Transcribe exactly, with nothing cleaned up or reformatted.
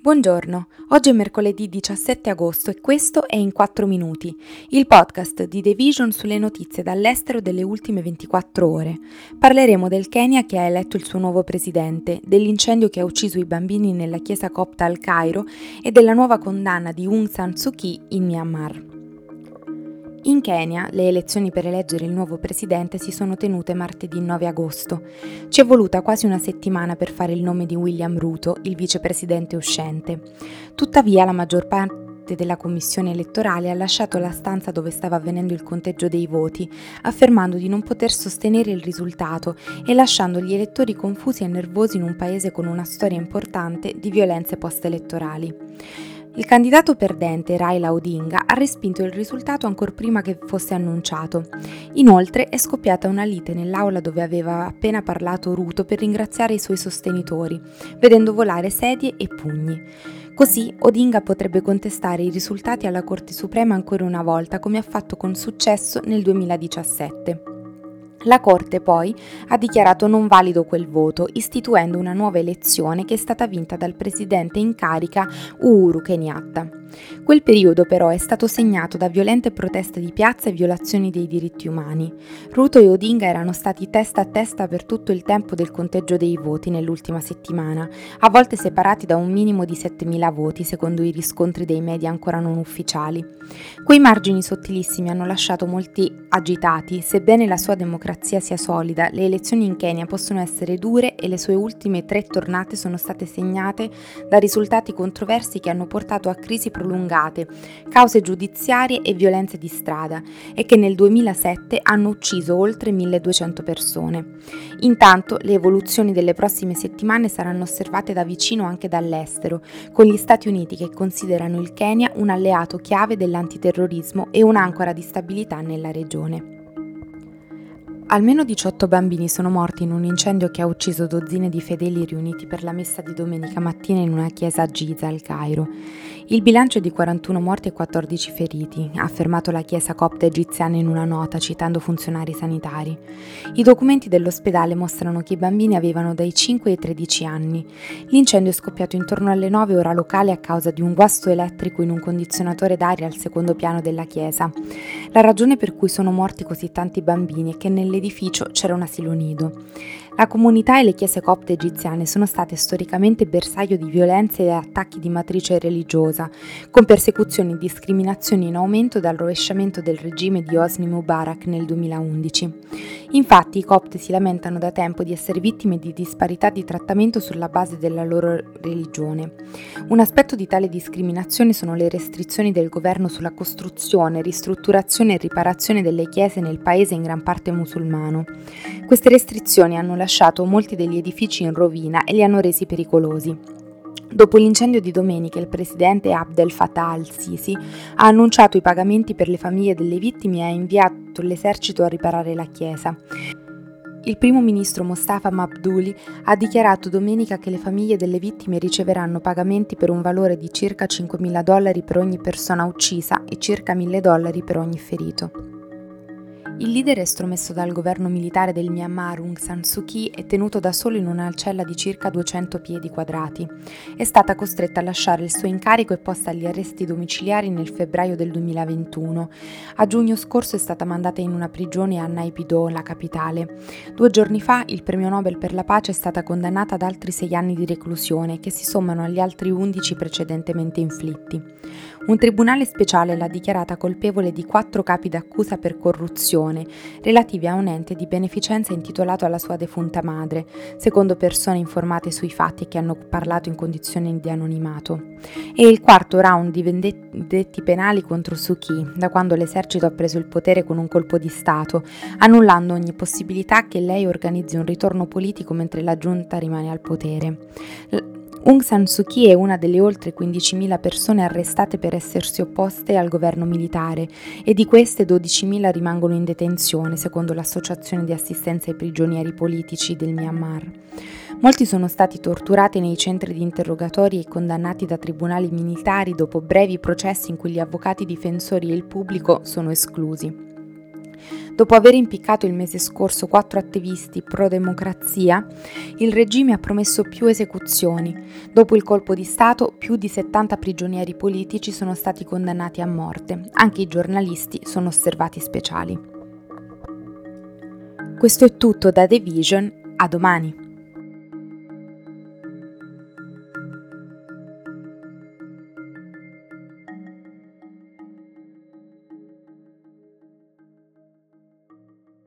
Buongiorno, oggi è mercoledì diciassette agosto e questo è In quattro minuti, il podcast di The Vision sulle notizie dall'estero delle ultime ventiquattro ore. Parleremo del Kenya che ha eletto il suo nuovo presidente, dell'incendio che ha ucciso i bambini nella chiesa copta al Cairo e della nuova condanna di Aung San Suu Kyi in Myanmar. In Kenya le elezioni per eleggere il nuovo presidente si sono tenute martedì nove agosto. Ci è voluta quasi una settimana per fare il nome di William Ruto, il vicepresidente uscente. Tuttavia la maggior parte della commissione elettorale ha lasciato la stanza dove stava avvenendo il conteggio dei voti, affermando di non poter sostenere il risultato e lasciando gli elettori confusi e nervosi in un paese con una storia importante di violenze post-elettorali. Il candidato perdente, Raila Odinga, ha respinto il risultato ancor prima che fosse annunciato. Inoltre è scoppiata una lite nell'aula dove aveva appena parlato Ruto per ringraziare i suoi sostenitori, vedendo volare sedie e pugni. Così Odinga potrebbe contestare i risultati alla Corte Suprema ancora una volta, come ha fatto con successo nel duemiladiciassette. La Corte poi ha dichiarato non valido quel voto, istituendo una nuova elezione che è stata vinta dal presidente in carica Uhuru Kenyatta. Quel periodo però è stato segnato da violente proteste di piazza e violazioni dei diritti umani. Ruto e Odinga erano stati testa a testa per tutto il tempo del conteggio dei voti nell'ultima settimana, a volte separati da un minimo di settemila voti, secondo i riscontri dei media ancora non ufficiali. Quei margini sottilissimi hanno lasciato molti agitati. Sebbene la sua democrazia sia solida, le elezioni in Kenya possono essere dure e le sue ultime tre tornate sono state segnate da risultati controversi che hanno portato a crisi prolungate, cause giudiziarie e violenze di strada, e che nel duemilasette hanno ucciso oltre milleduecento persone. Intanto le evoluzioni delle prossime settimane saranno osservate da vicino anche dall'estero, con gli Stati Uniti che considerano il Kenya un alleato chiave dell'antiterrorismo e un'ancora di stabilità nella regione. Almeno diciotto bambini sono morti in un incendio che ha ucciso dozzine di fedeli riuniti per la messa di domenica mattina in una chiesa a Giza, al Cairo. Il bilancio è di quarantuno morti e quattordici feriti, ha affermato la chiesa copta egiziana in una nota citando funzionari sanitari. I documenti dell'ospedale mostrano che i bambini avevano dai cinque ai tredici anni. L'incendio è scoppiato intorno alle nove ora locale a causa di un guasto elettrico in un condizionatore d'aria al secondo piano della chiesa. La ragione per cui sono morti così tanti bambini è che nell'edificio c'era un asilo nido. La comunità e le chiese copte egiziane sono state storicamente bersaglio di violenze e attacchi di matrice religiosa, con persecuzioni e discriminazioni in aumento dal rovesciamento del regime di Hosni Mubarak nel duemilaundici. Infatti i copti si lamentano da tempo di essere vittime di disparità di trattamento sulla base della loro religione. Un aspetto di tale discriminazione sono le restrizioni del governo sulla costruzione, ristrutturazione e riparazione delle chiese nel paese in gran parte musulmano. Queste restrizioni hanno lasciato molti degli edifici in rovina e li hanno resi pericolosi. Dopo l'incendio di domenica, il presidente Abdel Fattah al-Sisi ha annunciato i pagamenti per le famiglie delle vittime e ha inviato l'esercito a riparare la chiesa. Il primo ministro Mustafa Mabduli ha dichiarato domenica che le famiglie delle vittime riceveranno pagamenti per un valore di circa cinquemila dollari per ogni persona uccisa e circa mille dollari per ogni ferito. Il leader estromesso dal governo militare del Myanmar, Aung San Suu Kyi, è tenuto da solo in una cella di circa duecento piedi quadrati. È stata costretta a lasciare il suo incarico e posta agli arresti domiciliari nel febbraio del duemilaventuno. A giugno scorso è stata mandata in una prigione a Naypyidaw, la capitale. Due giorni fa il premio Nobel per la pace è stata condannata ad altri sei anni di reclusione, che si sommano agli altri undici precedentemente inflitti. Un tribunale speciale l'ha dichiarata colpevole di quattro capi d'accusa per corruzione, relativi a un ente di beneficenza intitolato alla sua defunta madre, secondo persone informate sui fatti e che hanno parlato in condizioni di anonimato. È il quarto round di vendetti penali contro Suu Kyi, da quando l'esercito ha preso il potere con un colpo di Stato, annullando ogni possibilità che lei organizzi un ritorno politico mentre la giunta rimane al potere. Aung San Suu Kyi è una delle oltre quindicimila persone arrestate per essersi opposte al governo militare e di queste dodicimila rimangono in detenzione, secondo l'Associazione di assistenza ai prigionieri politici del Myanmar. Molti sono stati torturati nei centri di interrogatori e condannati da tribunali militari dopo brevi processi in cui gli avvocati difensori e il pubblico sono esclusi. Dopo aver impiccato il mese scorso quattro attivisti pro-democrazia, il regime ha promesso più esecuzioni. Dopo il colpo di Stato, più di settanta prigionieri politici sono stati condannati a morte. Anche i giornalisti sono osservati speciali. Questo è tutto da The Vision, a domani.